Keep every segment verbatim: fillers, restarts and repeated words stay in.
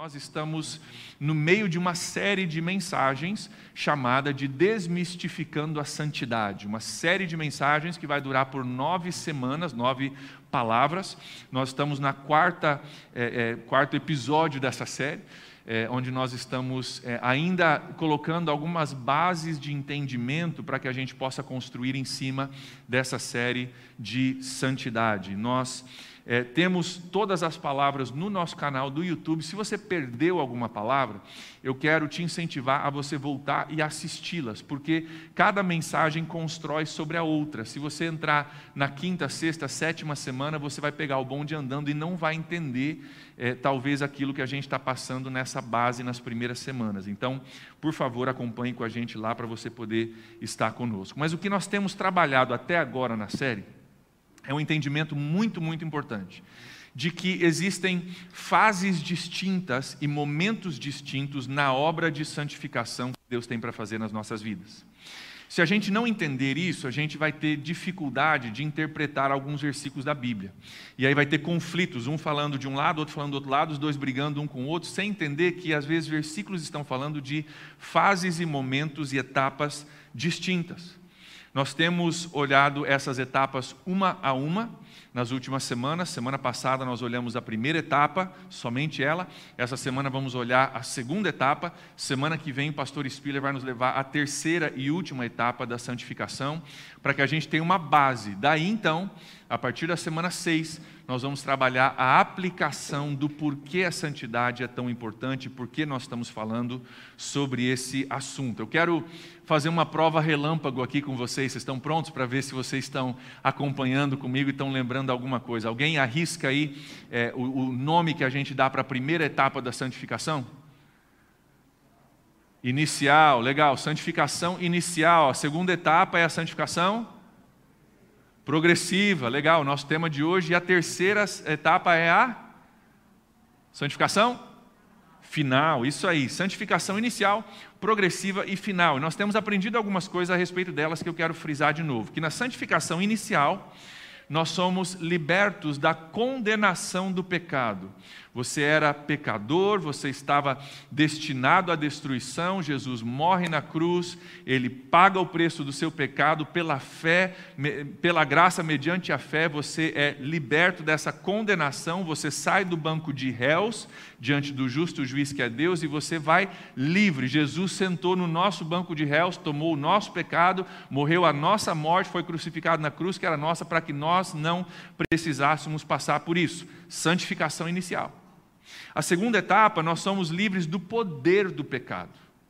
Nós estamos no meio de uma série de mensagens chamada de Desmistificando a Santidade. Uma série de mensagens que vai durar por nove semanas, nove palavras. Nós estamos na quarta, é, é, quarto episódio dessa série, é, onde nós estamos é, ainda colocando algumas bases de entendimento para que a gente possa construir em cima dessa série de santidade. Nós É, temos todas as palavras no nosso canal do YouTube. Se você perdeu alguma palavra, eu quero te incentivar a você voltar e assisti-las, porque cada mensagem constrói sobre a outra. Se você entrar na quinta, sexta, sétima semana, você vai pegar o bonde andando e não vai entender é, talvez aquilo que a gente está passando nessa base nas primeiras semanas. Então, por favor, acompanhe com a gente lá para você poder estar conosco. Mas o que nós temos trabalhado até agora na série é um entendimento muito, muito importante, de que existem fases distintas e momentos distintos na obra de santificação que Deus tem para fazer nas nossas vidas. Se a gente não entender isso, a gente vai ter dificuldade de interpretar alguns versículos da Bíblia. E aí vai ter conflitos, um falando de um lado, outro falando do outro lado, os dois brigando um com o outro, sem entender que às vezes versículos estão falando de fases e momentos e etapas distintas. Nós temos olhado essas etapas uma a uma nas últimas semanas. Semana passada nós olhamos a primeira etapa, somente ela. Essa semana vamos olhar a segunda etapa. Semana que vem o pastor Spiller vai nos levar à terceira e última etapa da santificação, para que a gente tenha uma base. Daí então, a partir da semana seis, nós vamos trabalhar a aplicação do porquê a santidade é tão importante, porquê nós estamos falando sobre esse assunto. Eu quero fazer uma prova relâmpago aqui com vocês. Vocês estão prontos para ver se vocês estão acompanhando comigo e estão lembrando alguma coisa? Alguém arrisca aí é, o, o nome que a gente dá para a primeira etapa da santificação? Inicial, legal. Santificação inicial. A segunda etapa é a santificação progressiva, legal. Nosso tema de hoje. E a terceira etapa é a santificação final. Isso aí, santificação inicial, progressiva e final. E nós temos aprendido algumas coisas a respeito delas que eu quero frisar de novo. Que na santificação inicial, nós somos libertos da condenação do pecado. Você era pecador, você estava destinado à destruição, Jesus morre na cruz, Ele paga o preço do seu pecado pela fé, pela graça mediante a fé, você é liberto dessa condenação, você sai do banco de réus, diante do justo juiz que é Deus, e você vai livre. Jesus sentou no nosso banco de réus, tomou o nosso pecado, morreu a nossa morte, foi crucificado na cruz que era nossa, para que nós não precisássemos passar por isso. Santificação inicial. A segunda etapa, nós somos livres do poder do pecado.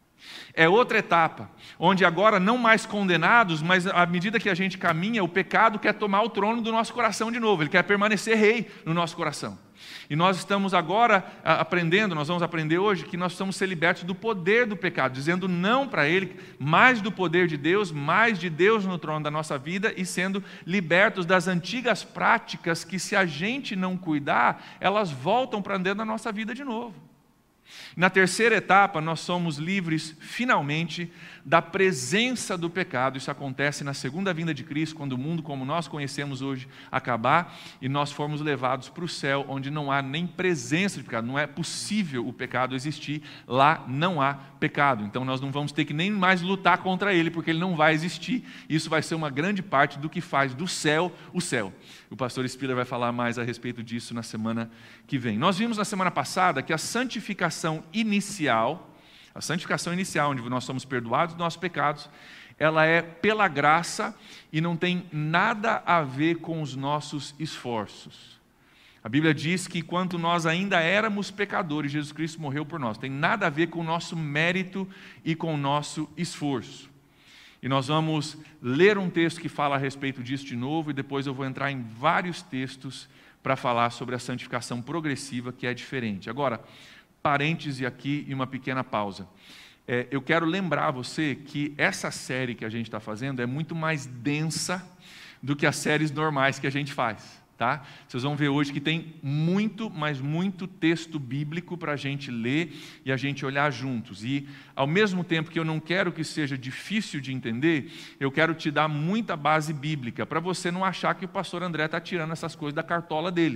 É outra etapa, onde agora não mais condenados, mas à medida que a gente caminha, o pecado quer tomar o trono do nosso coração de novo, ele quer permanecer rei no nosso coração. E nós estamos agora aprendendo, nós vamos aprender hoje, que nós precisamos ser libertos do poder do pecado, dizendo não para ele, mais do poder de Deus, mais de Deus no trono da nossa vida, e sendo libertos das antigas práticas que, se a gente não cuidar, elas voltam para dentro da nossa vida de novo. Na terceira etapa, nós somos livres, finalmente, da presença do pecado. Isso acontece na segunda vinda de Cristo, quando o mundo como nós conhecemos hoje acabar e nós formos levados para o céu, onde não há nem presença de pecado. Não é possível o pecado existir, lá não há pecado. Então nós não vamos ter que nem mais lutar contra ele, porque ele não vai existir. Isso vai ser uma grande parte do que faz do céu o céu. O pastor Spiller vai falar mais a respeito disso na semana que vem. Nós vimos na semana passada que a santificação inicial, a santificação inicial, onde nós somos perdoados dos nossos pecados, ela é pela graça e não tem nada a ver com os nossos esforços. A Bíblia diz que enquanto nós ainda éramos pecadores, Jesus Cristo morreu por nós. Tem nada a ver com o nosso mérito e com o nosso esforço. E nós vamos ler um texto que fala a respeito disso de novo, e depois eu vou entrar em vários textos para falar sobre a santificação progressiva, que é diferente. Agora, parêntese aqui e uma pequena pausa. É, eu quero lembrar você que essa série que a gente está fazendo é muito mais densa do que as séries normais que a gente faz. Tá? Vocês vão ver hoje que tem muito, mas muito texto bíblico para a gente ler e a gente olhar juntos. E ao mesmo tempo que eu não quero que seja difícil de entender, eu quero te dar muita base bíblica, para você não achar que o pastor André está tirando essas coisas da cartola dele.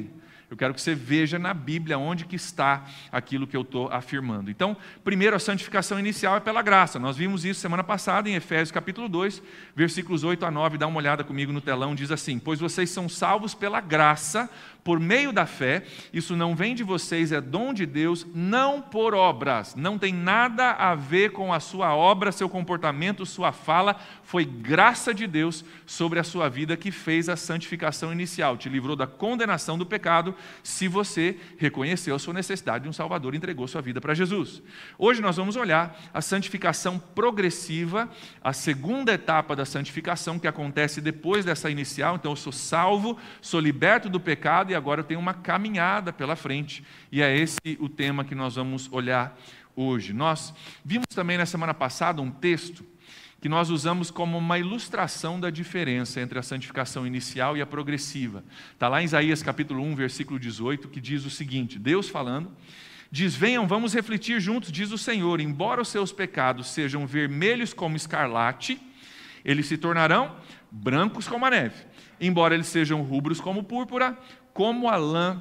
Eu quero que você veja na Bíblia onde que está aquilo que eu estou afirmando. Então, primeiro, a santificação inicial é pela graça. Nós vimos isso semana passada em Efésios capítulo dois, versículos oito a nove. Dá uma olhada comigo no telão, diz assim: pois vocês são salvos pela graça, por meio da fé. Isso não vem de vocês, é dom de Deus, não por obras. Não tem nada a ver com a sua obra, seu comportamento, sua fala. Foi graça de Deus sobre a sua vida que fez a santificação inicial. Te livrou da condenação do pecado, se você reconheceu a sua necessidade de um Salvador e entregou sua vida para Jesus. Hoje nós vamos olhar a santificação progressiva, a segunda etapa da santificação, que acontece depois dessa inicial. Então eu sou salvo, sou liberto do pecado e agora eu tenho uma caminhada pela frente. E é esse o tema que nós vamos olhar hoje. Nós vimos também na semana passada um texto que nós usamos como uma ilustração da diferença entre a santificação inicial e a progressiva. Está lá em Isaías capítulo um, versículo dezoito, que diz o seguinte, Deus falando, diz: venham, vamos refletir juntos, diz o Senhor, embora os seus pecados sejam vermelhos como escarlate, eles se tornarão brancos como a neve. Embora eles sejam rubros como púrpura, como a lã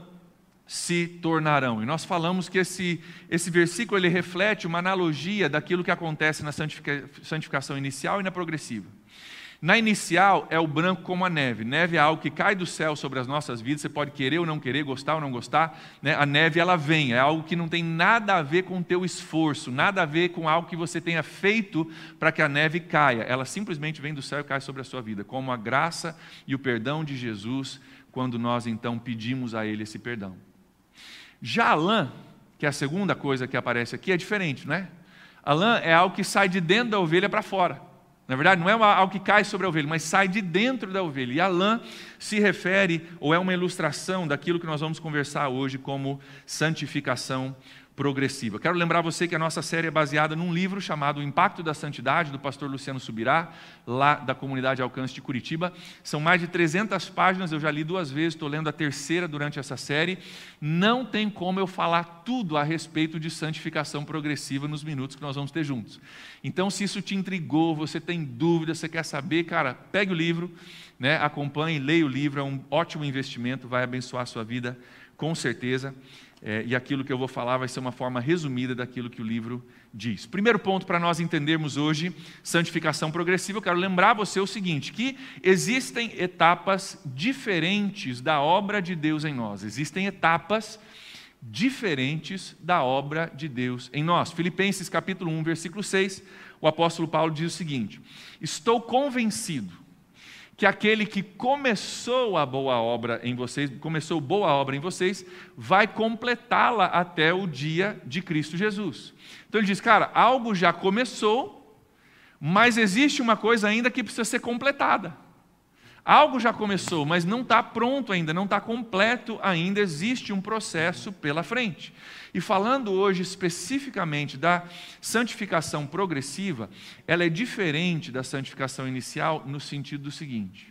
se tornarão. E nós falamos que esse, esse versículo ele reflete uma analogia daquilo que acontece na santifica, santificação inicial e na progressiva. Na inicial é o branco como a neve. Neve é algo que cai do céu sobre as nossas vidas, você pode querer ou não querer, gostar ou não gostar, né? A neve ela vem, é algo que não tem nada a ver com o teu esforço, nada a ver com algo que você tenha feito para que a neve caia. Ela simplesmente vem do céu e cai sobre a sua vida, como a graça e o perdão de Jesus, quando nós então pedimos a Ele esse perdão. Já a lã, que é a segunda coisa que aparece aqui, é diferente, né? A lã é algo que sai de dentro da ovelha para fora. Na verdade, não é algo que cai sobre a ovelha, mas sai de dentro da ovelha. E a lã se refere, ou é uma ilustração daquilo que nós vamos conversar hoje como santificação progressiva. Quero lembrar você que a nossa série é baseada num livro chamado O Impacto da Santidade, do pastor Luciano Subirá, lá da comunidade Alcance de Curitiba. São mais de trezentas páginas, eu já li duas vezes, estou lendo a terceira durante essa série. Não tem como eu falar tudo a respeito de santificação progressiva nos minutos que nós vamos ter juntos. Então, se isso te intrigou, você tem dúvida, você quer saber, cara, pegue o livro, né, acompanhe, leia o livro, é um ótimo investimento, vai abençoar a sua vida, com certeza. É, e aquilo que eu vou falar vai ser uma forma resumida daquilo que o livro diz. Primeiro ponto para nós entendermos hoje, santificação progressiva, eu quero lembrar você o seguinte, que existem etapas diferentes da obra de Deus em nós. Existem etapas diferentes da obra de Deus em nós. Filipenses capítulo um, versículo seis, o apóstolo Paulo diz o seguinte: estou convencido que aquele que começou a boa obra em vocês, começou boa obra em vocês, vai completá-la até o dia de Cristo Jesus. Então ele diz, cara, algo já começou, mas existe uma coisa ainda que precisa ser completada. Algo já começou, mas não está pronto ainda, não está completo ainda, existe um processo pela frente. E falando hoje especificamente da santificação progressiva, ela é diferente da santificação inicial no sentido do seguinte: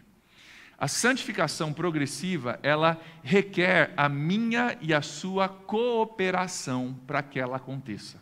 a santificação progressiva, ela requer a minha e a sua cooperação para que ela aconteça.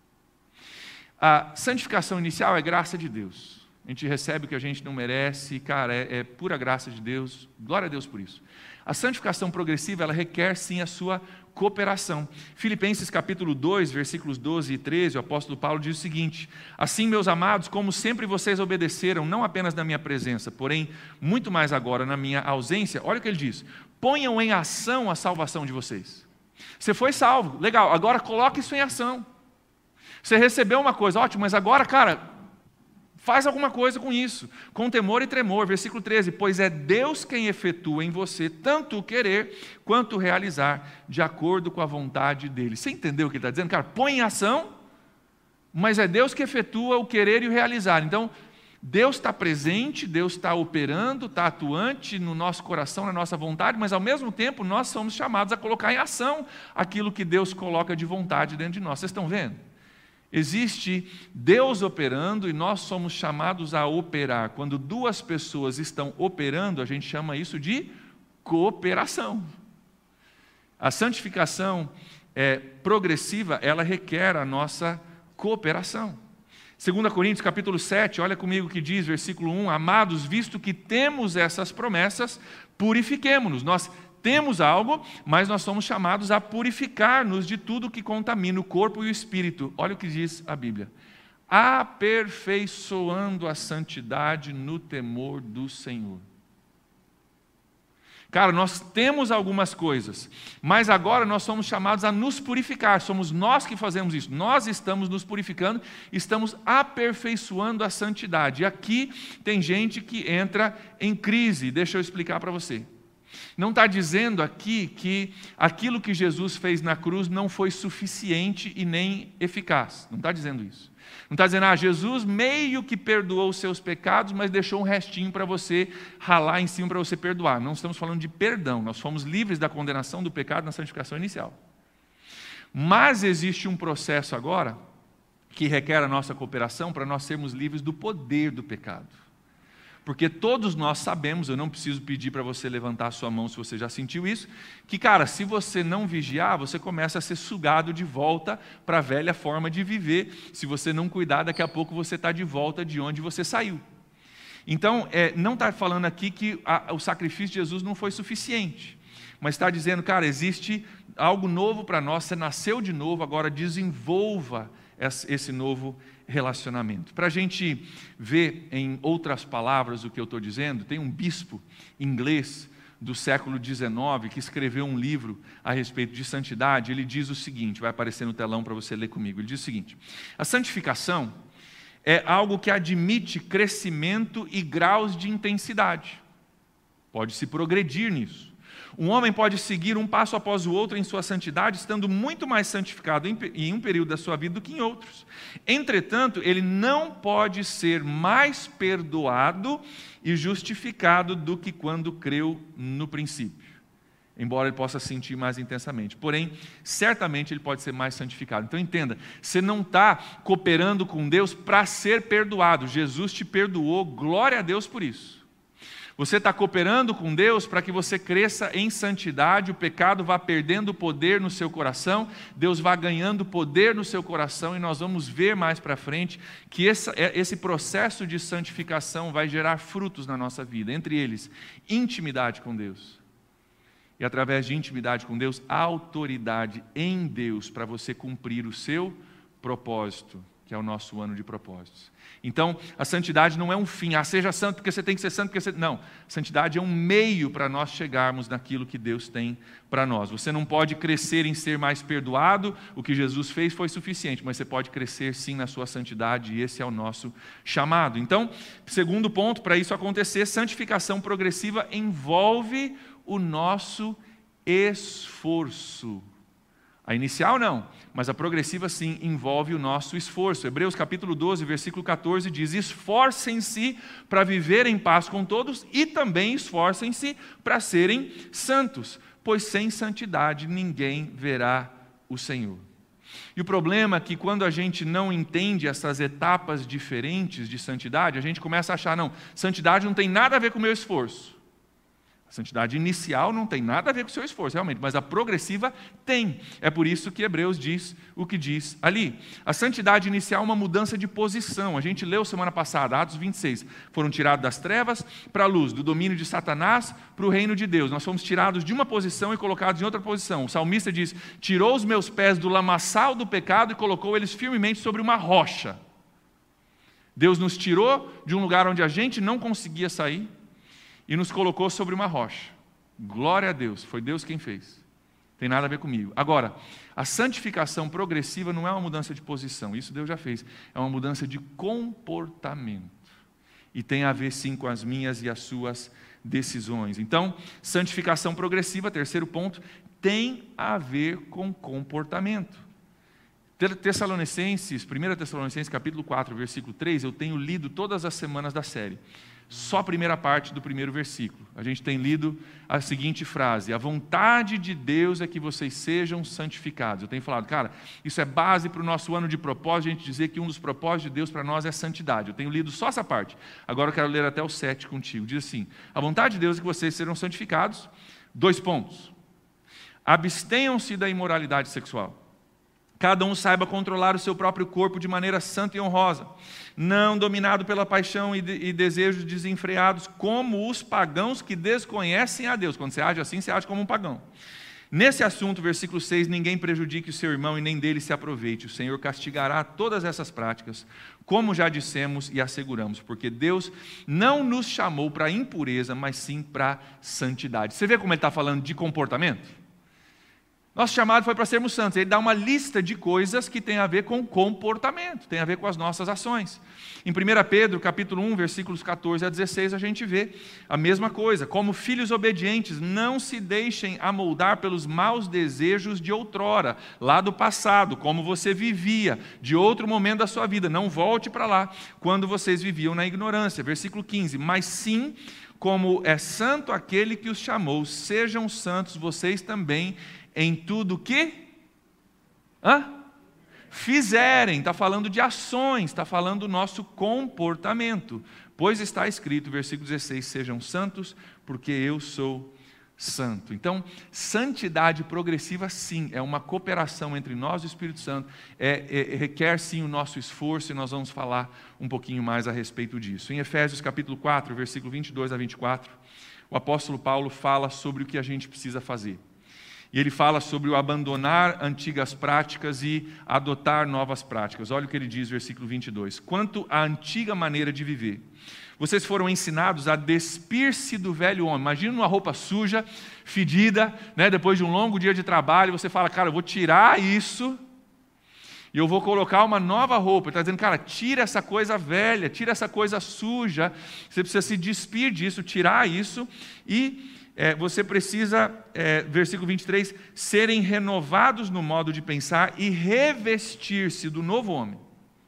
A santificação inicial é graça de Deus. A gente recebe o que a gente não merece, cara, é, é pura graça de Deus, glória a Deus por isso. A santificação progressiva, ela requer sim a sua cooperação. Filipenses capítulo dois, versículos doze e treze, o apóstolo Paulo diz o seguinte: assim, meus amados, como sempre vocês obedeceram, não apenas na minha presença, porém, muito mais agora na minha ausência, olha o que ele diz, ponham em ação a salvação de vocês. Você foi salvo, legal, agora coloque isso em ação. Você recebeu uma coisa, ótimo, mas agora, cara, faz alguma coisa com isso, com temor e tremor. Versículo treze, pois é Deus quem efetua em você tanto o querer quanto o realizar, de acordo com a vontade dele. Você entendeu o que ele está dizendo? Cara, põe em ação, mas é Deus que efetua o querer e o realizar. Então, Deus está presente, Deus está operando, está atuante no nosso coração, na nossa vontade, mas ao mesmo tempo nós somos chamados a colocar em ação aquilo que Deus coloca de vontade dentro de nós. Vocês estão vendo? Existe Deus operando e nós somos chamados a operar. Quando duas pessoas estão operando, a gente chama isso de cooperação. A santificação é, progressiva, ela requer a nossa cooperação. Segunda Coríntios capítulo sete, olha comigo o que diz, versículo um, amados, visto que temos essas promessas, purifiquemo-nos. Nós temos algo, mas nós somos chamados a purificar-nos de tudo que contamina o corpo e o espírito. Olha o que diz a Bíblia. Aperfeiçoando a santidade no temor do Senhor. Cara, nós temos algumas coisas, mas agora nós somos chamados a nos purificar, somos nós que fazemos isso, nós estamos nos purificando, estamos aperfeiçoando a santidade. E aqui tem gente que entra em crise, deixa eu explicar para você. Não está dizendo aqui que aquilo que Jesus fez na cruz não foi suficiente e nem eficaz, não está dizendo isso. Não está dizendo, ah, Jesus meio que perdoou os seus pecados, mas deixou um restinho para você ralar em cima para você perdoar. Não estamos falando de perdão, nós fomos livres da condenação do pecado na santificação inicial. Mas existe um processo agora que requer a nossa cooperação para nós sermos livres do poder do pecado. Porque todos nós sabemos, eu não preciso pedir para você levantar a sua mão se você já sentiu isso, que, cara, se você não vigiar, você começa a ser sugado de volta para a velha forma de viver. Se você não cuidar, daqui a pouco você está de volta de onde você saiu. Então, é, não está falando aqui que a, o sacrifício de Jesus não foi suficiente, mas está dizendo, cara, existe algo novo para nós, você nasceu de novo, agora desenvolva esse novo relacionamento. Para a gente ver em outras palavras o que eu estou dizendo, tem um bispo inglês do século dezenove que escreveu um livro a respeito de santidade. Ele diz o seguinte, vai aparecer no telão para você ler comigo. Ele diz o seguinte: a santificação é algo que admite crescimento e graus de intensidade. Pode-se progredir nisso. Um homem pode seguir um passo após o outro em sua santidade, estando muito mais santificado em um período da sua vida do que em outros. Entretanto, ele não pode ser mais perdoado e justificado do que quando creu no princípio, embora ele possa sentir mais intensamente. Porém, certamente ele pode ser mais santificado. Então entenda, você não está cooperando com Deus para ser perdoado. Jesus te perdoou, glória a Deus por isso. Você está cooperando com Deus para que você cresça em santidade, o pecado vá perdendo poder no seu coração, Deus vá ganhando poder no seu coração, e nós vamos ver mais para frente que esse, esse processo de santificação vai gerar frutos na nossa vida, entre eles, intimidade com Deus. E através de intimidade com Deus, autoridade em Deus para você cumprir o seu propósito, que é o nosso ano de propósitos. Então, a santidade não é um fim, ah, seja santo porque você tem que ser santo, porque você... Não, santidade é um meio para nós chegarmos naquilo que Deus tem para nós. Você não pode crescer em ser mais perdoado, o que Jesus fez foi suficiente, mas você pode crescer sim na sua santidade, e esse é o nosso chamado. Então, segundo ponto, para isso acontecer, santificação progressiva envolve o nosso esforço. A inicial não, mas a progressiva sim envolve o nosso esforço. Hebreus capítulo doze, versículo catorze diz: esforcem-se para viver em paz com todos e também esforcem-se para serem santos, pois sem santidade ninguém verá o Senhor. E o problema é que quando a gente não entende essas etapas diferentes de santidade, a gente começa a achar, não, santidade não tem nada a ver com o meu esforço. A santidade inicial não tem nada a ver com o seu esforço, realmente, mas a progressiva tem. É por isso que Hebreus diz o que diz ali. A santidade inicial é uma mudança de posição. A gente leu semana passada, Atos vinte e seis. Foram tirados das trevas para a luz, do domínio de Satanás para o reino de Deus. Nós fomos tirados de uma posição e colocados em outra posição. O salmista diz: tirou os meus pés do lamaçal do pecado e colocou eles firmemente sobre uma rocha. Deus nos tirou de um lugar onde a gente não conseguia sair e nos colocou sobre uma rocha. Glória a Deus, foi Deus quem fez. Tem nada a ver comigo. Agora, a santificação progressiva não é uma mudança de posição, isso Deus já fez. É uma mudança de comportamento. E tem a ver sim com as minhas e as suas decisões. Então, santificação progressiva, terceiro ponto, tem a ver com comportamento. Tessalonicenses, primeira Tessalonicenses capítulo quatro, versículo três, eu tenho lido todas as semanas da série. Só a primeira parte do primeiro versículo. A gente tem lido a seguinte frase: a vontade de Deus é que vocês sejam santificados. Eu tenho falado, cara, isso é base para o nosso ano de propósito, a gente dizer que um dos propósitos de Deus para nós é santidade. Eu tenho lido só essa parte. Agora eu quero ler até o sete contigo. Diz assim: a vontade de Deus é que vocês sejam santificados. Dois pontos. Abstenham-se da imoralidade sexual. Cada um saiba controlar o seu próprio corpo de maneira santa e honrosa, não dominado pela paixão e, de, e desejos desenfreados, como os pagãos que desconhecem a Deus. Quando você age assim, você age como um pagão. Nesse assunto, versículo seis, ninguém prejudique o seu irmão e nem dele se aproveite. O Senhor castigará todas essas práticas, como já dissemos e asseguramos, porque Deus não nos chamou para impureza, mas sim para santidade. Você vê como ele está falando de comportamento? Nosso chamado foi para sermos santos. Ele dá uma lista de coisas que tem a ver com comportamento, tem a ver com as nossas ações. Em primeira Pedro, capítulo um, versículos catorze a dezesseis, a gente vê a mesma coisa. Como filhos obedientes, não se deixem amoldar pelos maus desejos de outrora, lá do passado, como você vivia, de outro momento da sua vida. Não volte para lá, quando vocês viviam na ignorância. Versículo quinze, mas sim, como é santo aquele que os chamou, sejam santos vocês também, em tudo que Hã? fizerem. Está falando de ações, está falando do nosso comportamento. Pois está escrito, versículo dezesseis, sejam santos, porque eu sou santo. Então, santidade progressiva, sim, é uma cooperação entre nós e o Espírito Santo, é, é, requer sim o nosso esforço, e nós vamos falar um pouquinho mais a respeito disso. Em Efésios capítulo quatro, versículo vinte e dois a vinte e quatro, o apóstolo Paulo fala sobre o que a gente precisa fazer. E ele fala sobre o abandonar antigas práticas e adotar novas práticas. Olha o que ele diz, versículo vinte e dois. Quanto à antiga maneira de viver, vocês foram ensinados a despir-se do velho homem. Imagina uma roupa suja, fedida, né? Depois de um longo dia de trabalho, você fala, cara, eu vou tirar isso e eu vou colocar uma nova roupa. Ele está dizendo, cara, tira essa coisa velha, tira essa coisa suja. Você precisa se despir disso, tirar isso e... É, você precisa, é, versículo vinte e três, serem renovados no modo de pensar e revestir-se do novo homem,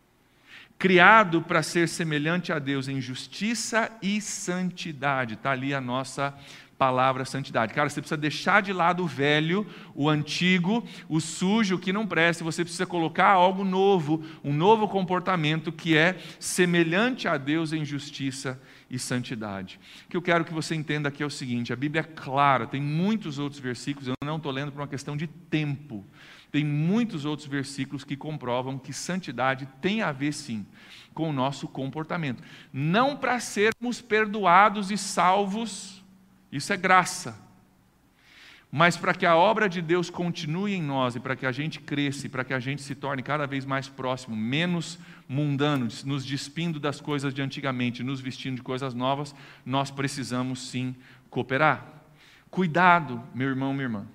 criado para ser semelhante a Deus em justiça e santidade. Está ali a nossa palavra santidade. Cara, você precisa deixar de lado o velho, o antigo, o sujo, o que não presta. Você precisa colocar algo novo, um novo comportamento que é semelhante a Deus em justiça e santidade. O que eu quero que você entenda aqui é o seguinte, a Bíblia é clara, tem muitos outros versículos, eu não estou lendo por uma questão de tempo, tem muitos outros versículos que comprovam que santidade tem a ver sim com o nosso comportamento. Não para sermos perdoados e salvos, isso é graça, mas para que a obra de Deus continue em nós e para que a gente cresça e para que a gente se torne cada vez mais próximo, menos mundano, nos despindo das coisas de antigamente, nos vestindo de coisas novas, nós precisamos sim cooperar. Cuidado, meu irmão, minha irmã,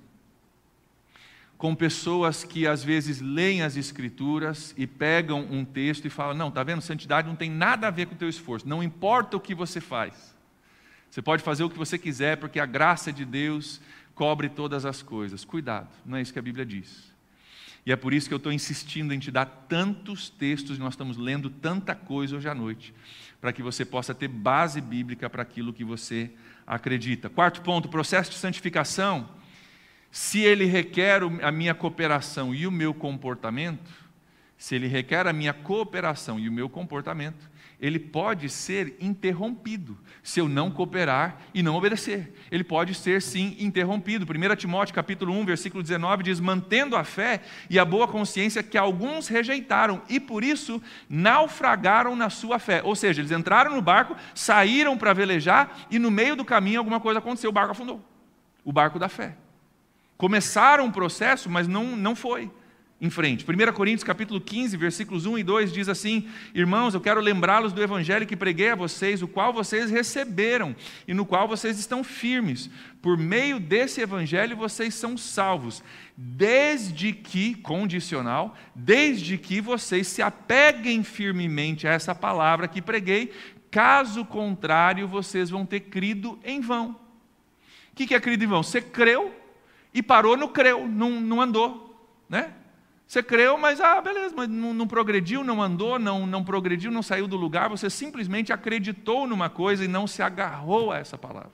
com pessoas que às vezes leem as Escrituras e pegam um texto e falam, não, está vendo, santidade não tem nada a ver com o teu esforço, não importa o que você faz, você pode fazer o que você quiser porque a graça de Deus cobre todas as coisas. Cuidado, não é isso que a Bíblia diz. E é por isso que eu estou insistindo em te dar tantos textos, nós estamos lendo tanta coisa hoje à noite, para que você possa ter base bíblica para aquilo que você acredita. Quarto ponto, processo de santificação, se ele requer a minha cooperação e o meu comportamento, se ele requer a minha cooperação e o meu comportamento, ele pode ser interrompido, se eu não cooperar e não obedecer. Ele pode ser, sim, interrompido. primeiro Timóteo, capítulo um, versículo dezenove, diz, mantendo a fé e a boa consciência que alguns rejeitaram, e por isso naufragaram na sua fé. Ou seja, eles entraram no barco, saíram para velejar, e no meio do caminho alguma coisa aconteceu, o barco afundou. O barco da fé. Começaram um processo, mas não, não foi em frente. primeiro Coríntios capítulo quinze, versículos um e dois diz assim, irmãos, eu quero lembrá-los do evangelho que preguei a vocês, o qual vocês receberam e no qual vocês estão firmes. Por meio desse evangelho vocês são salvos, desde que, condicional, desde que vocês se apeguem firmemente a essa palavra que preguei, caso contrário vocês vão ter crido em vão. O que é crido em vão? Você creu e parou no creu, não, não andou, né? Você creu, mas ah, beleza, mas não, não progrediu, não andou, não, não progrediu, não saiu do lugar, você simplesmente acreditou numa coisa e não se agarrou a essa palavra.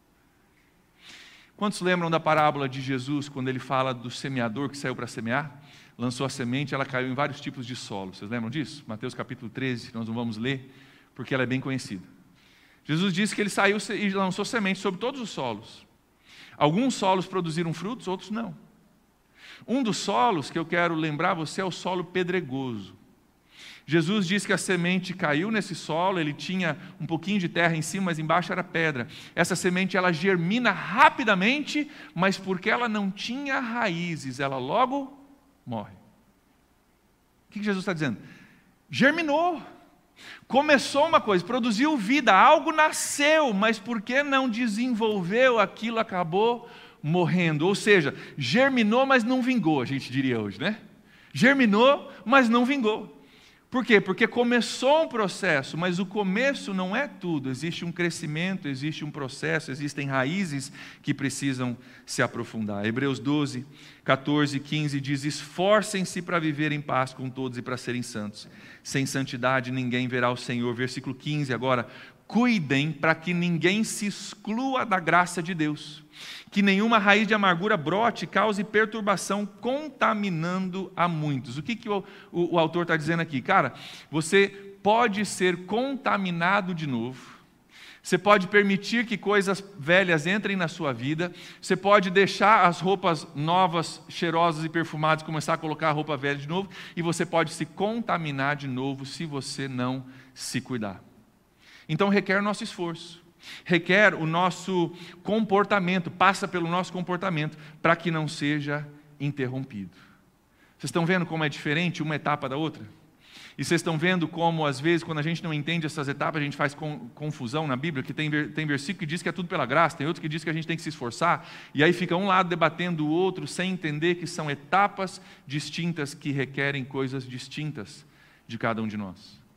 Quantos lembram da parábola de Jesus, quando ele fala do semeador que saiu para semear? Lançou a semente, ela caiu em vários tipos de solo, vocês lembram disso? Mateus capítulo treze, nós não vamos ler, porque ela é bem conhecida. Jesus disse que ele saiu e lançou semente sobre todos os solos. Alguns solos produziram frutos, outros não. Um dos solos que eu quero lembrar você é o solo pedregoso. Jesus diz que a semente caiu nesse solo, ele tinha um pouquinho de terra em cima, mas embaixo era pedra. Essa semente ela germina rapidamente, mas porque ela não tinha raízes, ela logo morre. O que Jesus está dizendo? Germinou, começou uma coisa, produziu vida, algo nasceu, mas porque não desenvolveu, aquilo acabou morrendo. Ou seja, germinou, mas não vingou, a gente diria hoje, né? Germinou, mas não vingou. Por quê? Porque começou um processo, mas o começo não é tudo. Existe um crescimento, existe um processo, existem raízes que precisam se aprofundar. Hebreus doze, catorze, quinze diz: esforcem-se para viver em paz com todos e para serem santos. Sem santidade ninguém verá o Senhor. Versículo quinze agora: cuidem para que ninguém se exclua da graça de Deus, que nenhuma raiz de amargura brote e cause perturbação, contaminando a muitos. O que, que o, o, o autor está dizendo aqui? Cara, você pode ser contaminado de novo, você pode permitir que coisas velhas entrem na sua vida, você pode deixar as roupas novas, cheirosas e perfumadas, começar a colocar a roupa velha de novo, e você pode se contaminar de novo se você não se cuidar. Então requer o nosso esforço, requer o nosso comportamento, passa pelo nosso comportamento, para que não seja interrompido. Vocês estão vendo como é diferente uma etapa da outra? E vocês estão vendo como, às vezes, quando a gente não entende essas etapas, a gente faz confusão na Bíblia, que tem, tem versículo que diz que é tudo pela graça, tem outro que diz que a gente tem que se esforçar, e aí fica um lado debatendo o outro, sem entender que são etapas distintas que requerem coisas distintas de cada um de nós.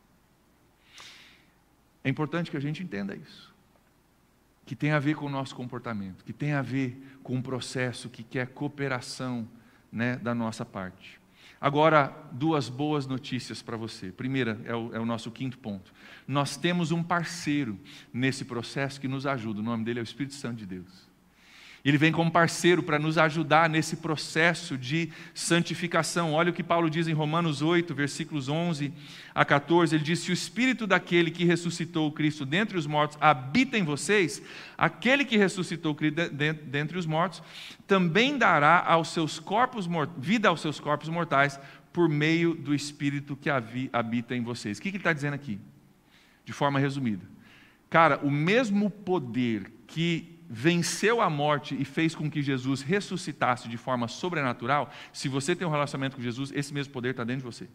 É importante que a gente entenda isso, que tem a ver com o nosso comportamento, que tem a ver com um processo que quer cooperação, né, da nossa parte. Agora, duas boas notícias para você. Primeira, é o, é o nosso quinto ponto. Nós temos um parceiro nesse processo que nos ajuda, o nome dele é o Espírito Santo de Deus. Ele vem como parceiro para nos ajudar nesse processo de santificação. Olha o que Paulo diz em Romanos oito, versículos onze a catorze. Ele diz: se o Espírito daquele que ressuscitou o Cristo dentre os mortos habita em vocês, aquele que ressuscitou o Cristo dentre os mortos também dará aos seus corpos vida aos seus corpos mortais por meio do Espírito que habita em vocês. O que ele está dizendo aqui? De forma resumida. Cara, o mesmo poder que venceu a morte e fez com que Jesus ressuscitasse de forma sobrenatural, se você tem um relacionamento com Jesus, esse mesmo poder está dentro de você.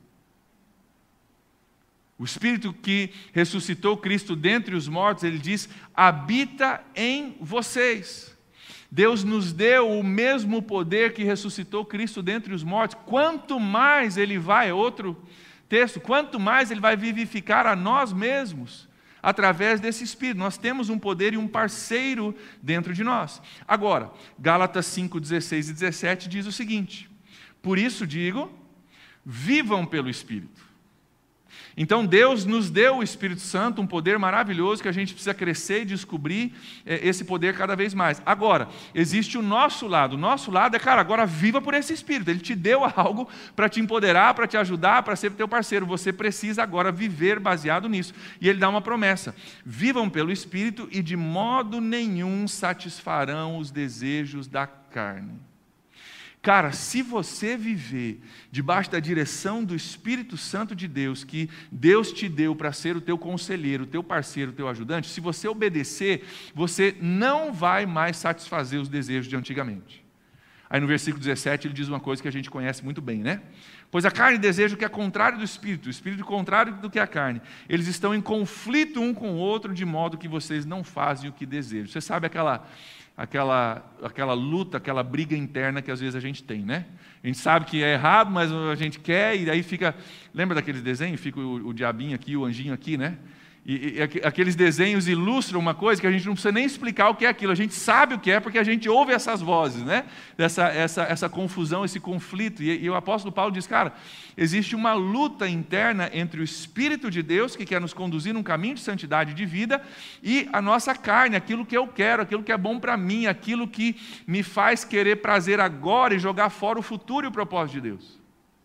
O Espírito que ressuscitou Cristo dentre os mortos, ele diz, habita em vocês. Deus nos deu o mesmo poder que ressuscitou Cristo dentre os mortos. Quanto mais ele vai, outro texto, quanto mais ele vai vivificar a nós mesmos, através desse Espírito. Nós temos um poder e um parceiro dentro de nós. Agora, Gálatas cinco, dezesseis e dezessete diz o seguinte: por isso digo, vivam pelo Espírito. Então Deus nos deu o Espírito Santo, um poder maravilhoso que a gente precisa crescer e descobrir é, esse poder cada vez mais. Agora, existe o nosso lado. O nosso lado é, cara, agora viva por esse Espírito. Ele te deu algo para te empoderar, para te ajudar, para ser teu parceiro. Você precisa agora viver baseado nisso. E ele dá uma promessa: vivam pelo Espírito e de modo nenhum satisfarão os desejos da carne. Cara, se você viver debaixo da direção do Espírito Santo de Deus, que Deus te deu para ser o teu conselheiro, o teu parceiro, o teu ajudante, se você obedecer, você não vai mais satisfazer os desejos de antigamente. Aí no versículo dezessete ele diz uma coisa que a gente conhece muito bem, né? Pois a carne deseja o que é contrário do Espírito, o Espírito contrário do que a carne. Eles estão em conflito um com o outro, de modo que vocês não fazem o que desejam. Você sabe aquela... Aquela, aquela luta, aquela briga interna que às vezes a gente tem, né? A gente sabe que é errado, mas a gente quer, e aí fica... Lembra daqueles desenhos? Fica o, o diabinho aqui, o anjinho aqui, né? E, e aqueles desenhos ilustram uma coisa que a gente não precisa nem explicar o que é aquilo. A gente sabe o que é porque a gente ouve essas vozes, né? Essa, essa, essa confusão, esse conflito. E, e o apóstolo Paulo diz, cara, existe uma luta interna entre o Espírito de Deus, que quer nos conduzir num caminho de santidade de vida, e a nossa carne, aquilo que eu quero, aquilo que é bom para mim, aquilo que me faz querer prazer agora e jogar fora o futuro e o propósito de Deus.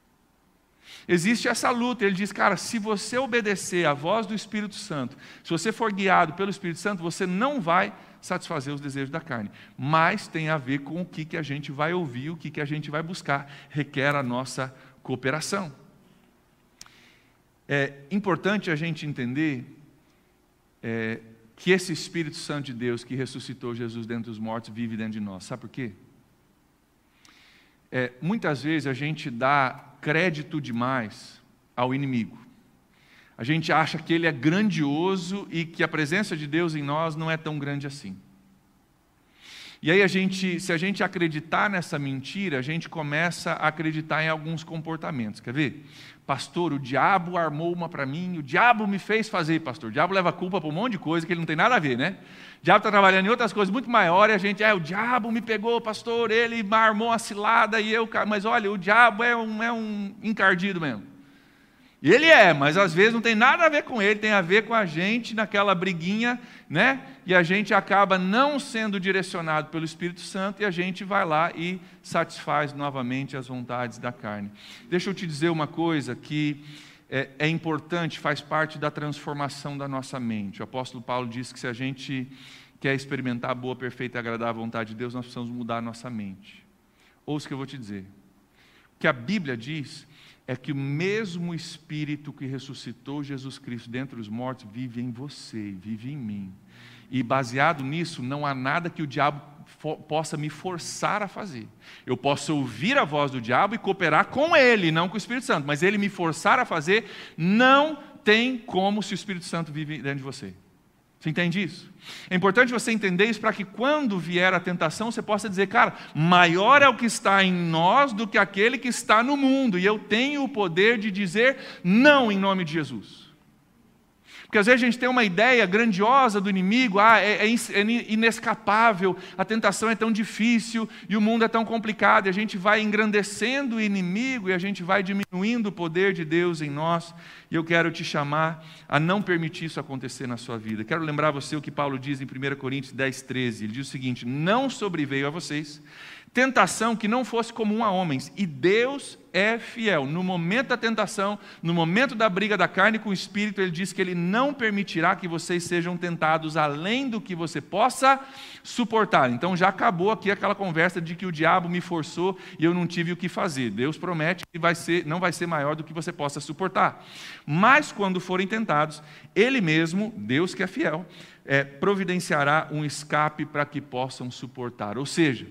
Existe essa luta. Ele diz, cara, se você obedecer à voz do Espírito Santo, se você for guiado pelo Espírito Santo, você não vai satisfazer os desejos da carne. Mas tem a ver com o que, que a gente vai ouvir, o que, que a gente vai buscar. Requer a nossa cooperação. É importante a gente entender é, que esse Espírito Santo de Deus que ressuscitou Jesus dentre os mortos vive dentro de nós. Sabe por quê? É, muitas vezes a gente dá crédito demais ao inimigo. A gente acha que ele é grandioso e que a presença de Deus em nós não é tão grande assim. E aí, a gente, se a gente acreditar nessa mentira, a gente começa a acreditar em alguns comportamentos. Quer ver? Pastor, o diabo armou uma para mim, o diabo me fez fazer, pastor. O diabo leva culpa para um monte de coisa que ele não tem nada a ver, né? O diabo está trabalhando em outras coisas muito maiores, e a gente, é, o diabo me pegou, pastor, ele armou uma cilada, e eu... Mas olha, o diabo é um, é um encardido mesmo. E ele é, mas às vezes não tem nada a ver com ele, tem a ver com a gente naquela briguinha, né? E a gente acaba não sendo direcionado pelo Espírito Santo e a gente vai lá e satisfaz novamente as vontades da carne. Deixa eu te dizer uma coisa que é, é importante, faz parte da transformação da nossa mente. O apóstolo Paulo diz que se a gente quer experimentar a boa, perfeita e agradável vontade de Deus, nós precisamos mudar a nossa mente. Ouça o que eu vou te dizer. O que a Bíblia diz é que o mesmo Espírito que ressuscitou Jesus Cristo dentre os mortos vive em você, vive em mim. E baseado nisso, não há nada que o diabo possa me forçar a fazer. Eu posso ouvir a voz do diabo e cooperar com ele, não com o Espírito Santo. Mas ele me forçar a fazer, não tem como se o Espírito Santo vive dentro de você. Você entende isso? É importante você entender isso para que quando vier a tentação, você possa dizer, cara, maior é o que está em nós do que aquele que está no mundo. E eu tenho o poder de dizer não em nome de Jesus. Porque às vezes a gente tem uma ideia grandiosa do inimigo, ah, é, é inescapável, a tentação é tão difícil e o mundo é tão complicado, e a gente vai engrandecendo o inimigo e a gente vai diminuindo o poder de Deus em nós. E eu quero te chamar a não permitir isso acontecer na sua vida. Quero lembrar você o que Paulo diz em primeira Coríntios dez, treze. Ele diz o seguinte: não sobreveio a vocês tentação que não fosse comum a homens, e Deus é fiel. No momento da tentação, no momento da briga da carne com o Espírito, Ele diz que Ele não permitirá que vocês sejam tentados além do que você possa suportar. Então já acabou aqui aquela conversa de que o diabo me forçou e eu não tive o que fazer. Deus promete que vai ser, não vai ser maior do que você possa suportar. Mas quando forem tentados, Ele mesmo, Deus que é fiel, é, providenciará um escape para que possam suportar. Ou seja,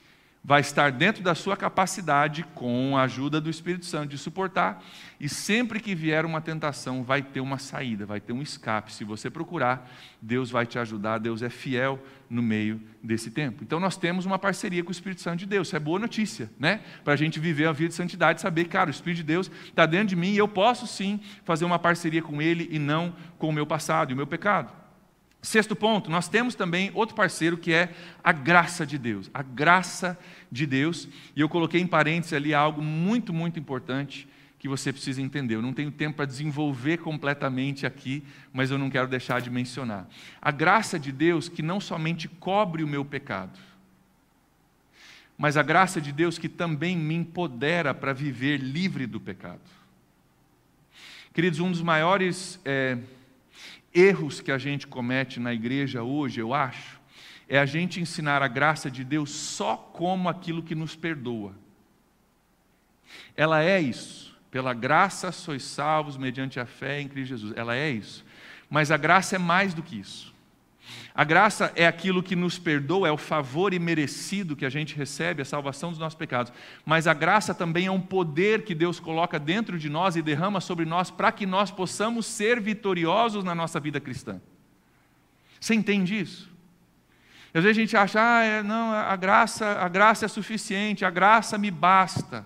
vai estar dentro da sua capacidade, com a ajuda do Espírito Santo, de suportar, e sempre que vier uma tentação, vai ter uma saída, vai ter um escape. Se você procurar, Deus vai te ajudar, Deus é fiel no meio desse tempo. Então nós temos uma parceria com o Espírito Santo de Deus, isso é boa notícia, né? Para a gente viver a vida de santidade, saber, cara, o Espírito de Deus está dentro de mim e eu posso sim fazer uma parceria com Ele e não com o meu passado e o meu pecado. Sexto ponto, nós temos também outro parceiro que é a graça de Deus. A graça de Deus, e eu coloquei em parênteses ali algo muito, muito importante que você precisa entender. Eu não tenho tempo para desenvolver completamente aqui, mas eu não quero deixar de mencionar. A graça de Deus que não somente cobre o meu pecado, mas a graça de Deus que também me empodera para viver livre do pecado. Queridos, um dos maiores... É, erros que a gente comete na igreja hoje, eu acho, é a gente ensinar a graça de Deus só como aquilo que nos perdoa. Ela é isso. Pela graça sois salvos mediante a fé em Cristo Jesus. Ela é isso. Mas a graça é mais do que isso. A graça é aquilo que nos perdoa, é o favor imerecido que a gente recebe, a salvação dos nossos pecados. Mas a graça também é um poder que Deus coloca dentro de nós e derrama sobre nós para que nós possamos ser vitoriosos na nossa vida cristã. Você entende isso? Às vezes a gente acha, ah, é, não, a graça, a graça é suficiente, a graça me basta.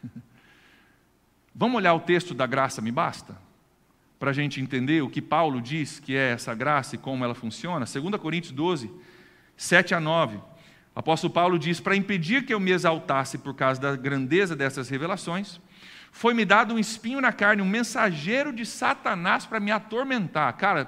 Vamos olhar o texto da graça me basta? Para a gente entender o que Paulo diz que é essa graça e como ela funciona. Segunda Coríntios doze, sete a nove. O apóstolo Paulo diz, para impedir que eu me exaltasse por causa da grandeza dessas revelações, foi-me dado um espinho na carne, um mensageiro de Satanás para me atormentar. Cara,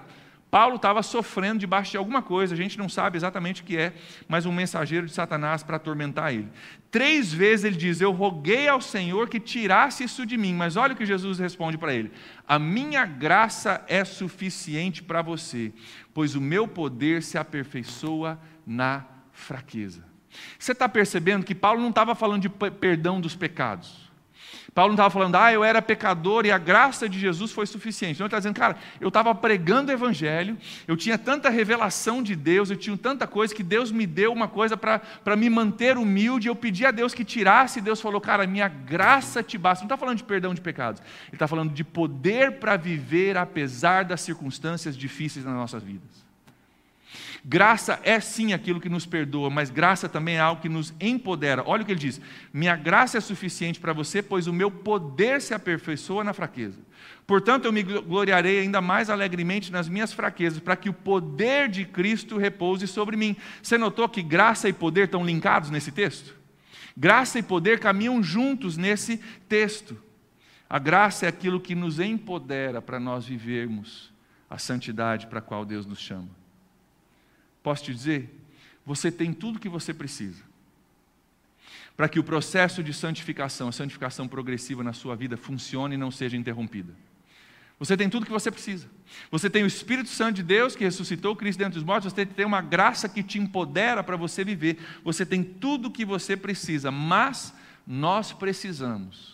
Paulo estava sofrendo debaixo de alguma coisa, a gente não sabe exatamente o que é, mas um mensageiro de Satanás para atormentar ele. Três vezes ele diz: eu roguei ao Senhor que tirasse isso de mim, mas olha o que Jesus responde para ele: a minha graça é suficiente para você, pois o meu poder se aperfeiçoa na fraqueza. Você está percebendo que Paulo não estava falando de perdão dos pecados. Paulo não estava falando, ah, eu era pecador e a graça de Jesus foi suficiente. Não, ele está dizendo, cara, eu estava pregando o Evangelho, eu tinha tanta revelação de Deus, eu tinha tanta coisa, que Deus me deu uma coisa para me manter humilde, eu pedi a Deus que tirasse, e Deus falou, cara, minha graça te basta. Não está falando de perdão de pecados, ele está falando de poder para viver apesar das circunstâncias difíceis nas nossas vidas. Graça é sim aquilo que nos perdoa, mas graça também é algo que nos empodera. Olha o que ele diz: minha graça é suficiente para você, pois o meu poder se aperfeiçoa na fraqueza. Portanto, eu me gloriarei ainda mais alegremente nas minhas fraquezas, para que o poder de Cristo repouse sobre mim. Você notou que graça e poder estão linkados nesse texto? Graça e poder caminham juntos nesse texto. A graça é aquilo que nos empodera para nós vivermos a santidade para a qual Deus nos chama. Posso te dizer, você tem tudo o que você precisa para que o processo de santificação, a santificação progressiva na sua vida funcione e não seja interrompida. Você tem tudo o que você precisa. Você tem o Espírito Santo de Deus que ressuscitou Cristo dentre os mortos, você tem uma graça que te empodera para você viver. Você tem tudo o que você precisa, mas nós precisamos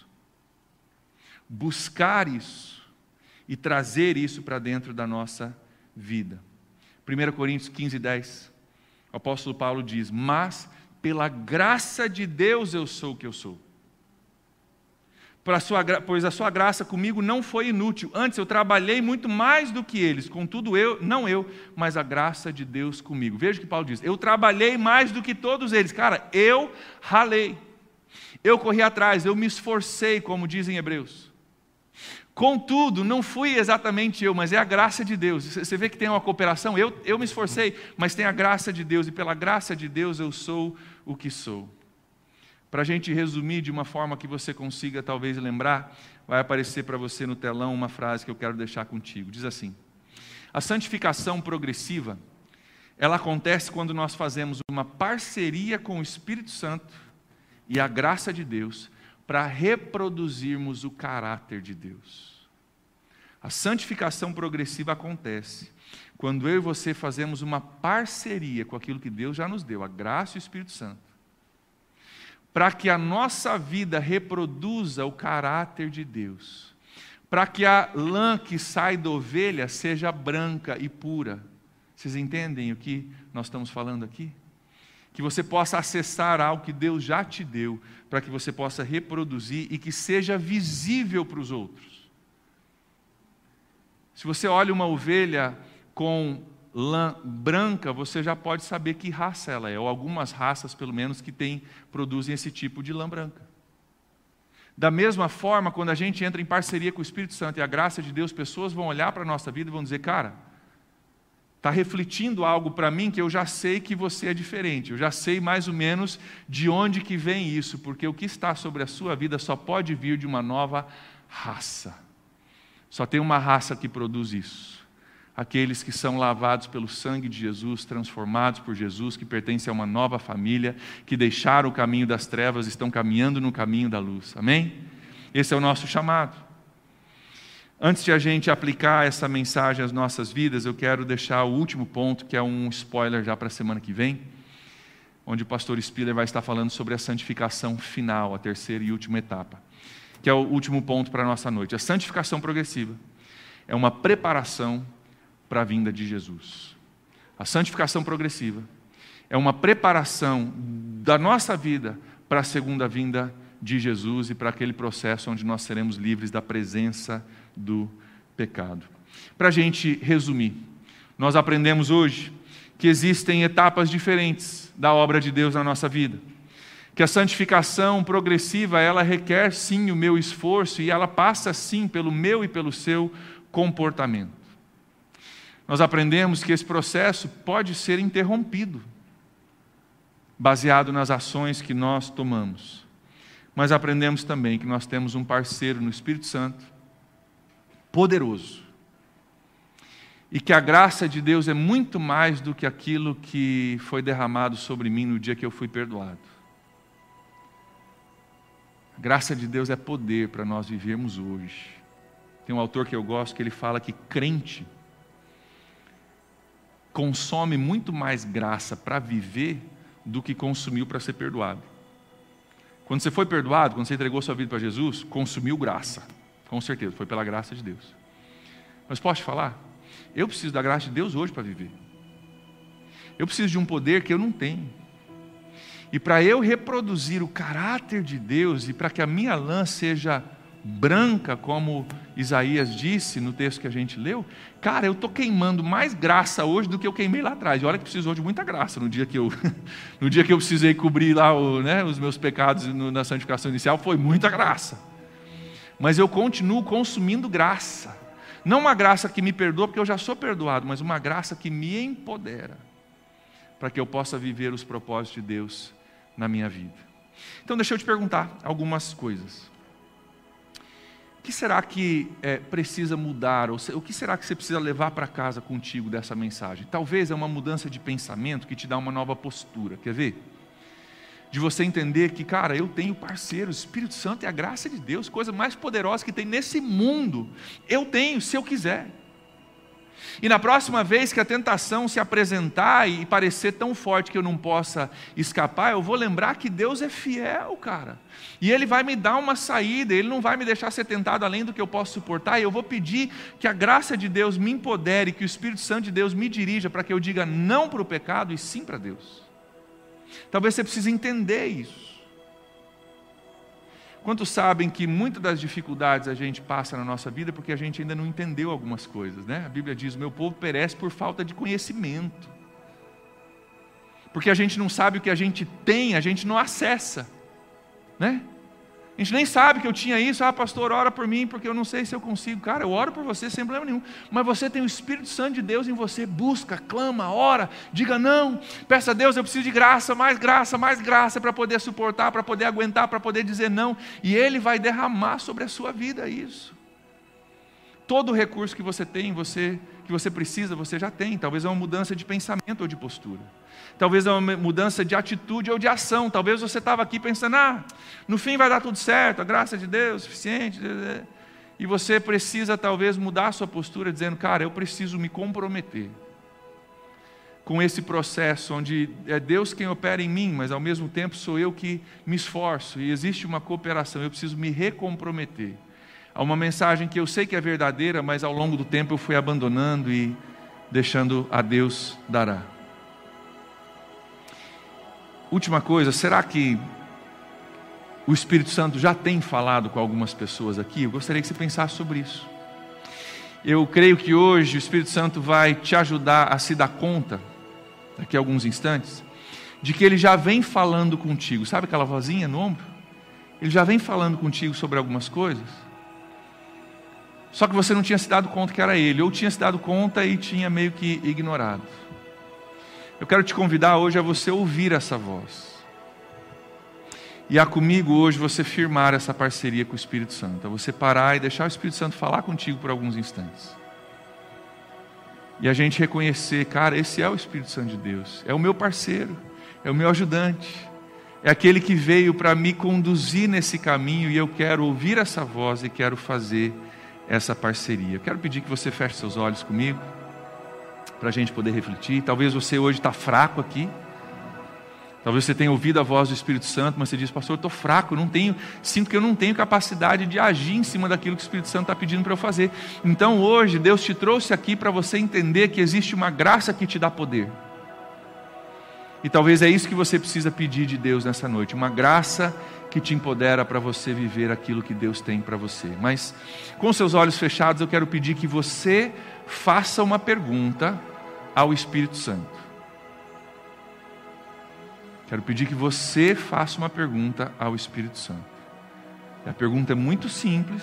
buscar isso e trazer isso para dentro da nossa vida. primeira Coríntios quinze, dez, o apóstolo Paulo diz, mas pela graça de Deus eu sou o que eu sou. Para a sua, pois a sua graça comigo não foi inútil, antes eu trabalhei muito mais do que eles, contudo eu, não eu, mas a graça de Deus comigo. Veja o que Paulo diz, eu trabalhei mais do que todos eles, cara, eu ralei, eu corri atrás, eu me esforcei, como dizem Hebreus. Contudo, não fui exatamente eu, mas é a graça de Deus. Você vê que tem uma cooperação, eu, eu me esforcei, mas tem a graça de Deus, e pela graça de Deus eu sou o que sou. Para a gente resumir de uma forma que você consiga talvez lembrar, vai aparecer para você no telão uma frase que eu quero deixar contigo. Diz assim: a santificação progressiva, ela acontece quando nós fazemos uma parceria com o Espírito Santo e a graça de Deus, para reproduzirmos o caráter de Deus. A santificação progressiva acontece quando eu e você fazemos uma parceria com aquilo que Deus já nos deu, a graça e o Espírito Santo, para que a nossa vida reproduza o caráter de Deus, para que a lã que sai da ovelha seja branca e pura. Vocês entendem o que nós estamos falando aqui? Que você possa acessar algo que Deus já te deu, para que você possa reproduzir e que seja visível para os outros. Se você olha uma ovelha com lã branca, você já pode saber que raça ela é, ou algumas raças, pelo menos, que tem, produzem esse tipo de lã branca. Da mesma forma, quando a gente entra em parceria com o Espírito Santo e a graça de Deus, pessoas vão olhar para a nossa vida e vão dizer, cara, está refletindo algo para mim que eu já sei que você é diferente, eu já sei mais ou menos de onde que vem isso, porque o que está sobre a sua vida só pode vir de uma nova raça. Só tem uma raça que produz isso. Aqueles que são lavados pelo sangue de Jesus, transformados por Jesus, que pertencem a uma nova família, que deixaram o caminho das trevas, estão caminhando no caminho da luz. Amém? Esse é o nosso chamado. Antes de a gente aplicar essa mensagem às nossas vidas, eu quero deixar o último ponto, que é um spoiler já para a semana que vem, onde o pastor Spiller vai estar falando sobre a santificação final, a terceira e última etapa, que é o último ponto para a nossa noite. A santificação progressiva é uma preparação para a vinda de Jesus. A santificação progressiva é uma preparação da nossa vida para a segunda vinda de Jesus e para aquele processo onde nós seremos livres da presença do pecado. Para a gente resumir, nós aprendemos hoje que existem etapas diferentes da obra de Deus na nossa vida, que a santificação progressiva, ela requer sim o meu esforço e ela passa sim pelo meu e pelo seu comportamento. Nós aprendemos que esse processo pode ser interrompido, baseado nas ações que nós tomamos. Mas aprendemos também que nós temos um parceiro no Espírito Santo, poderoso, e que a graça de Deus é muito mais do que aquilo que foi derramado sobre mim no dia que eu fui perdoado. A graça de Deus é poder para nós vivermos hoje. Tem um autor que eu gosto que ele fala que crente consome muito mais graça para viver do que consumiu para ser perdoado. Quando você foi perdoado, quando você entregou sua vida para Jesus, consumiu graça. Com certeza, foi pela graça de Deus. Mas posso te falar? Eu preciso da graça de Deus hoje para viver. Eu preciso de um poder que eu não tenho. E para eu reproduzir o caráter de Deus e para que a minha lã seja branca, como Isaías disse no texto que a gente leu, cara, eu estou queimando mais graça hoje do que eu queimei lá atrás. E olha que precisou de muita graça no dia que eu, no dia que eu precisei cobrir lá o, né, os meus pecados no, na santificação inicial, foi muita graça. Mas eu continuo consumindo graça. Não uma graça que me perdoa, porque eu já sou perdoado, mas uma graça que me empodera, para que eu possa viver os propósitos de Deus na minha vida. Então deixa eu te perguntar algumas coisas. O que será que é, precisa mudar? Ou o que será que você precisa levar para casa contigo dessa mensagem? Talvez é uma mudança de pensamento que te dá uma nova postura. Quer ver? De você entender que, cara, eu tenho parceiro, o Espírito Santo é a graça de Deus, coisa mais poderosa que tem nesse mundo. Eu tenho, se eu quiser. E na próxima vez que a tentação se apresentar e parecer tão forte que eu não possa escapar, eu vou lembrar que Deus é fiel, cara. E Ele vai me dar uma saída, Ele não vai me deixar ser tentado além do que eu posso suportar. E eu vou pedir que a graça de Deus me empodere, que o Espírito Santo de Deus me dirija para que eu diga não para o pecado e sim para Deus. Talvez você precise entender isso. Quantos sabem que muitas das dificuldades a gente passa na nossa vida porque a gente ainda não entendeu algumas coisas, né? A Bíblia diz, o meu povo perece por falta de conhecimento. Porque a gente não sabe o que a gente tem, a gente não acessa, né? A gente nem sabe que eu tinha isso. Ah, pastor, ora por mim, porque eu não sei se eu consigo. Cara, eu oro por você sem problema nenhum. Mas você tem o Espírito Santo de Deus em você. Busca, clama, ora, diga não. Peça a Deus, eu preciso de graça, mais graça, mais graça para poder suportar, para poder aguentar, para poder dizer não. E Ele vai derramar sobre a sua vida isso. Todo o recurso que você tem, você, que você precisa, você já tem. Talvez é uma mudança de pensamento ou de postura. Talvez é uma mudança de atitude ou de ação. Talvez você estava aqui pensando, ah, no fim vai dar tudo certo, a graça de Deus é suficiente. E você precisa talvez mudar a sua postura, dizendo, cara, eu preciso me comprometer com esse processo, onde é Deus quem opera em mim, mas ao mesmo tempo sou eu que me esforço, e existe uma cooperação, eu preciso me recomprometer. Há uma mensagem que eu sei que é verdadeira, mas ao longo do tempo eu fui abandonando e deixando a Deus dará. Última coisa, será que o Espírito Santo já tem falado com algumas pessoas aqui? Eu gostaria que você pensasse sobre isso. Eu creio que hoje o Espírito Santo vai te ajudar a se dar conta, daqui a alguns instantes, de que Ele já vem falando contigo. Sabe aquela vozinha no ombro? Ele já vem falando contigo sobre algumas coisas. Só que você não tinha se dado conta que era Ele, ou tinha se dado conta e tinha meio que ignorado. Eu quero te convidar hoje a você ouvir essa voz. E a comigo hoje você firmar essa parceria com o Espírito Santo. A você parar e deixar o Espírito Santo falar contigo por alguns instantes. E a gente reconhecer, cara, esse é o Espírito Santo de Deus. É o meu parceiro, é o meu ajudante. É aquele que veio para me conduzir nesse caminho e eu quero ouvir essa voz e quero fazer essa parceria. Eu quero pedir que você feche seus olhos comigo, para a gente poder refletir. Talvez você hoje está fraco aqui. Talvez você tenha ouvido a voz do Espírito Santo, mas você diz, pastor, eu estou fraco, eu não tenho, sinto que eu não tenho capacidade de agir em cima daquilo que o Espírito Santo está pedindo para eu fazer. Então hoje, Deus te trouxe aqui para você entender que existe uma graça que te dá poder. E talvez é isso que você precisa pedir de Deus nessa noite, uma graça que te empodera para você viver aquilo que Deus tem para você. Mas com seus olhos fechados, eu quero pedir que você faça uma pergunta ao Espírito Santo. Quero pedir que você faça uma pergunta ao Espírito Santo. E a pergunta é muito simples.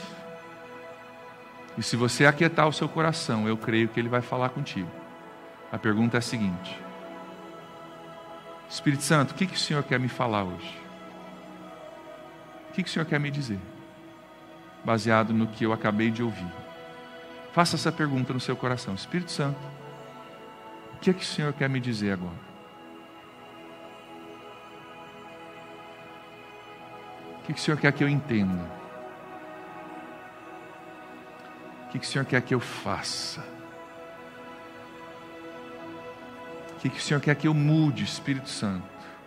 E se você aquietar o seu coração, eu creio que Ele vai falar contigo. A pergunta é a seguinte: Espírito Santo, o que, que o Senhor quer me falar hoje? O que, que o Senhor quer me dizer? Baseado no que eu acabei de ouvir. Faça essa pergunta no seu coração: Espírito Santo, o que é que o Senhor quer me dizer agora? O que é que o Senhor quer que eu entenda? O que é que o Senhor quer que eu faça? O que é que o Senhor quer que eu mude, Espírito Santo?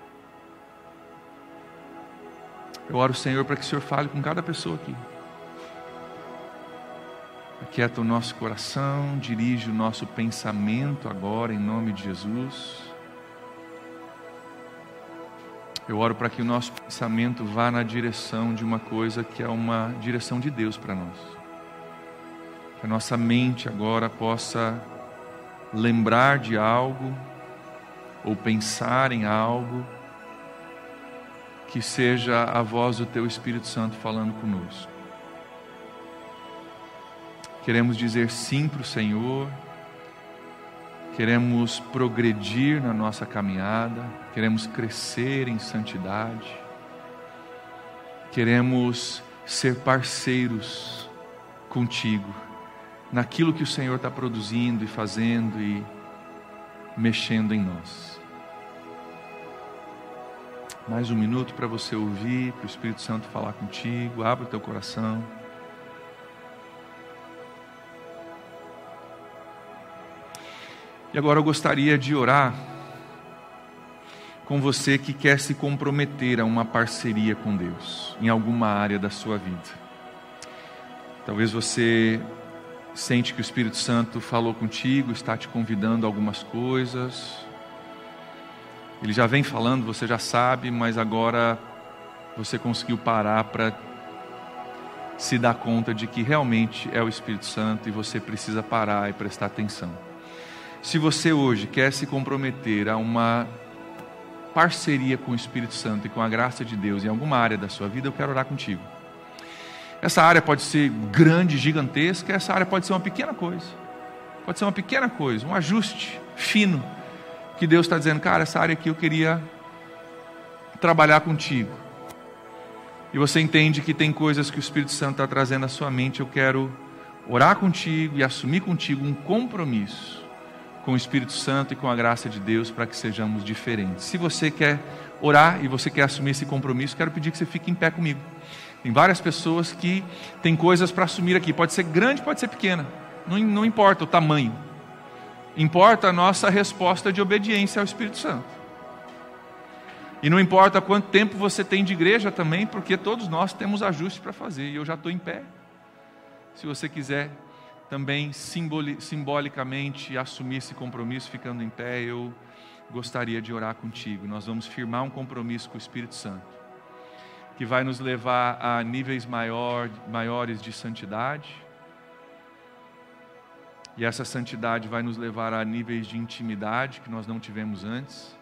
Eu oro, Senhor, para que o Senhor fale com cada pessoa aqui. Aquieta o nosso coração, dirige o nosso pensamento agora, em nome de Jesus. Eu oro para que o nosso pensamento vá na direção de uma coisa que é uma direção de Deus para nós. Que a nossa mente agora possa lembrar de algo, ou pensar em algo, que seja a voz do Teu Espírito Santo falando conosco. Queremos dizer sim para o Senhor, queremos progredir na nossa caminhada, queremos crescer em santidade, queremos ser parceiros contigo, naquilo que o Senhor está produzindo e fazendo e mexendo em nós. Mais um minuto para você ouvir, para o Espírito Santo falar contigo. Abra o teu coração. E agora eu gostaria de orar com você que quer se comprometer a uma parceria com Deus, em alguma área da sua vida. Talvez você sente que o Espírito Santo falou contigo, está te convidando a algumas coisas. Ele já vem falando, você já sabe, mas agora você conseguiu parar para se dar conta de que realmente é o Espírito Santo e você precisa parar e prestar atenção. Se você hoje quer se comprometer a uma parceria com o Espírito Santo e com a graça de Deus em alguma área da sua vida, eu quero orar contigo. Essa área pode ser grande, gigantesca, essa área pode ser uma pequena coisa. Pode ser uma pequena coisa, um ajuste fino, que Deus está dizendo: cara, essa área aqui eu queria trabalhar contigo. E você entende que tem coisas que o Espírito Santo está trazendo à sua mente. Eu quero orar contigo e assumir contigo um compromisso com o Espírito Santo e com a graça de Deus para que sejamos diferentes. Se você quer orar e você quer assumir esse compromisso, quero pedir que você fique em pé comigo. Tem várias pessoas que têm coisas para assumir aqui. Pode ser grande, pode ser pequena. Não, não importa o tamanho. Importa a nossa resposta de obediência ao Espírito Santo. E não importa quanto tempo você tem de igreja também, porque todos nós temos ajustes para fazer. E eu já estou em pé. Se você quiser também simboli- simbolicamente assumir esse compromisso ficando em pé, eu gostaria de orar contigo. Nós vamos firmar um compromisso com o Espírito Santo, que vai nos levar a níveis maior, maiores de santidade. E essa santidade vai nos levar a níveis de intimidade que nós não tivemos antes.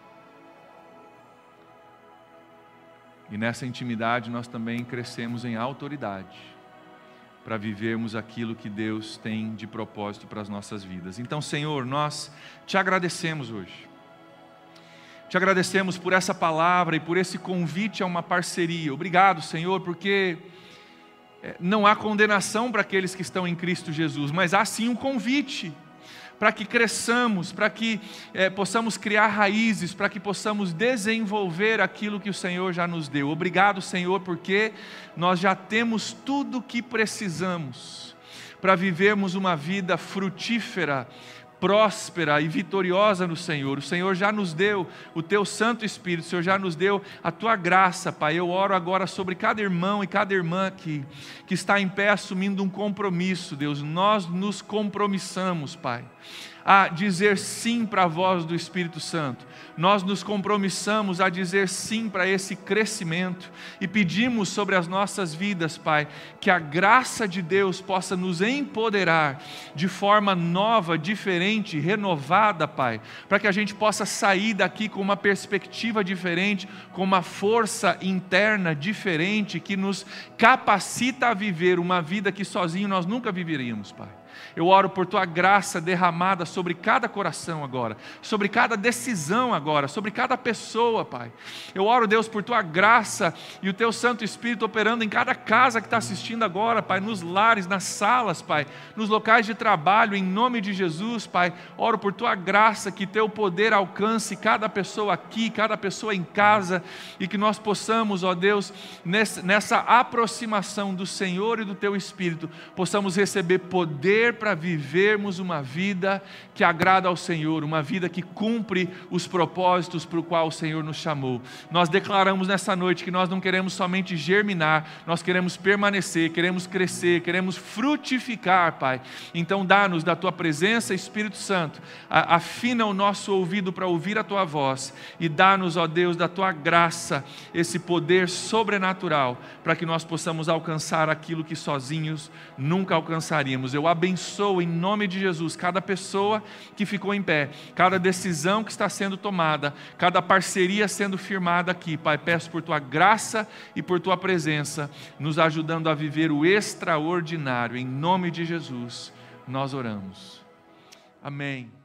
E nessa intimidade nós também crescemos em autoridade, para vivermos aquilo que Deus tem de propósito para as nossas vidas. Então, Senhor, nós te agradecemos hoje. Te agradecemos por essa palavra e por esse convite a uma parceria. Obrigado, Senhor, porque não há condenação para aqueles que estão em Cristo Jesus, mas há sim um convite para que cresçamos, para que é, possamos criar raízes, para que possamos desenvolver aquilo que o Senhor já nos deu. Obrigado, Senhor, porque nós já temos tudo o que precisamos para vivermos uma vida frutífera, próspera e vitoriosa no Senhor. O Senhor já nos deu o Teu Santo Espírito, o Senhor já nos deu a Tua graça, Pai. Eu oro agora sobre cada irmão e cada irmã aqui, que está em pé assumindo um compromisso, Deus. Nós nos compromissamos, Pai, a dizer sim para a voz do Espírito Santo. Nós nos compromissamos a dizer sim para esse crescimento e pedimos sobre as nossas vidas, Pai, que a graça de Deus possa nos empoderar de forma nova, diferente, renovada, Pai, para que a gente possa sair daqui com uma perspectiva diferente, com uma força interna diferente, que nos capacita a viver uma vida que sozinho nós nunca viveríamos, Pai. Eu oro por Tua graça derramada sobre cada coração agora, sobre cada decisão agora, sobre cada pessoa, Pai. Eu oro, Deus, por Tua graça e o Teu Santo Espírito operando em cada casa que está assistindo agora, Pai, nos lares, nas salas, Pai, nos locais de trabalho, em nome de Jesus, Pai. Oro por Tua graça, que Teu poder alcance cada pessoa aqui, cada pessoa em casa, e que nós possamos, ó Deus, nessa aproximação do Senhor e do Teu Espírito, possamos receber poder para vivermos uma vida que agrada ao Senhor, uma vida que cumpre os propósitos para o qual o Senhor nos chamou. Nós declaramos nessa noite que nós não queremos somente germinar, nós queremos permanecer, queremos crescer, queremos frutificar, Pai. Então dá-nos da Tua presença, Espírito Santo, afina o nosso ouvido para ouvir a Tua voz e dá-nos, ó Deus, da Tua graça, esse poder sobrenatural, para que nós possamos alcançar aquilo que sozinhos nunca alcançaríamos. Eu abençoo em nome de Jesus cada pessoa que ficou em pé, cada decisão que está sendo tomada, cada parceria sendo firmada aqui, Pai. Peço por Tua graça e por Tua presença, nos ajudando a viver o extraordinário. Em nome de Jesus, nós oramos. Amém.